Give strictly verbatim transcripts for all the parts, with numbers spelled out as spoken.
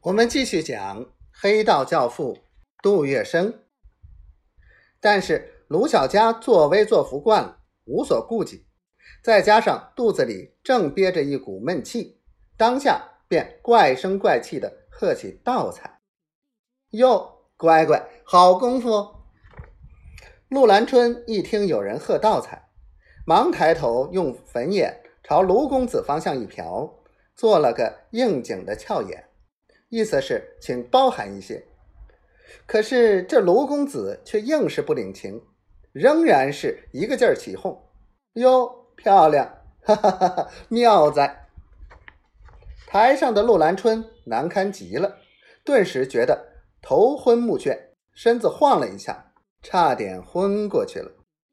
我们继续讲黑道教父杜月笙。但是卢小佳作威作福惯了，无所顾忌，再加上肚子里正憋着一股闷气，当下便怪声怪气地喝起道彩。哟，乖乖，好功夫哦！陆兰春一听有人喝道彩，忙抬头用粉眼朝卢公子方向一瞟，做了个应景的俏眼，意思是请包涵一些。可是这卢公子却硬是不领情，仍然是一个劲儿起哄。哟，漂亮，哈哈哈哈，妙哉！台上的陆兰春难堪极了，顿时觉得头昏目眩，身子晃了一下，差点昏过去了。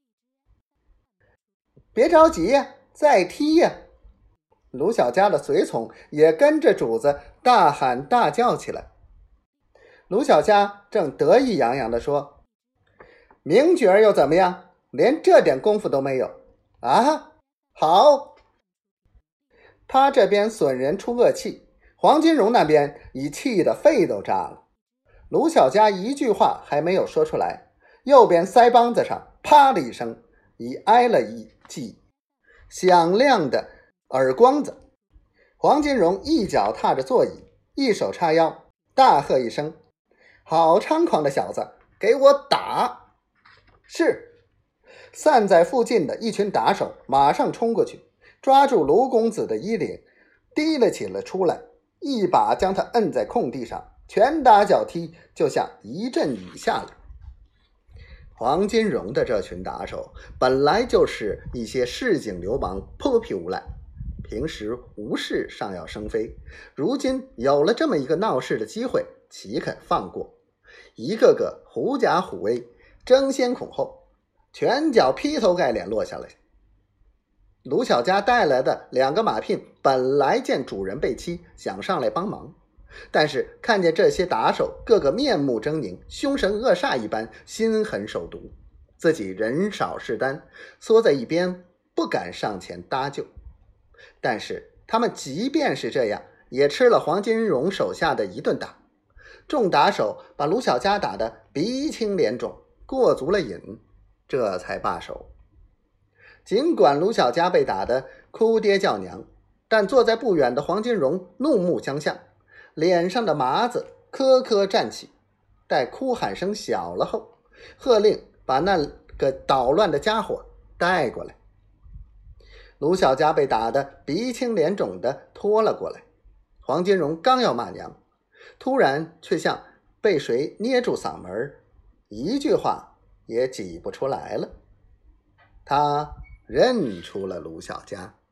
别着急呀，再踢呀！卢小佳的随从也跟着主子大喊大叫起来。卢小佳正得意洋洋地说：名角又怎么样？连这点功夫都没有啊！好！他这边损人出恶气，黄金荣那边已气得肺都炸了。卢小佳一句话还没有说出来，右边腮帮子上啪的一声，已挨了一记响亮的耳光子。黄金荣一脚踏着座椅，一手叉腰，大喝一声：好猖狂的小子，给我打！是！散在附近的一群打手马上冲过去，抓住卢公子的衣领，提了起了出来，一把将他摁在空地上，拳打脚踢，就像一阵雨下来。黄金荣的这群打手本来就是一些市井流氓，泼皮无赖，平时无事上要生非，如今有了这么一个闹事的机会，岂肯放过？一个个狐假虎威，争先恐后，拳脚劈头盖脸落下来。卢小佳带来的两个马聘本来见主人被欺，想上来帮忙，但是看见这些打手个个面目狰狞，凶神恶煞一般，心狠手毒，自己人少势单，缩在一边不敢上前搭救。但是他们即便是这样，也吃了黄金荣手下的一顿打。众打手把卢小佳打得鼻青脸肿，过足了瘾，这才罢手。尽管卢小佳被打得哭爹叫娘，但坐在不远的黄金荣怒目相向，脸上的麻子颗颗站起。待哭喊声小了后，喝令把那个捣乱的家伙带过来。卢小佳被打得鼻青脸肿的拖了过来，黄金荣刚要骂娘，突然却像被谁捏住嗓门，一句话也挤不出来了。他认出了卢小佳。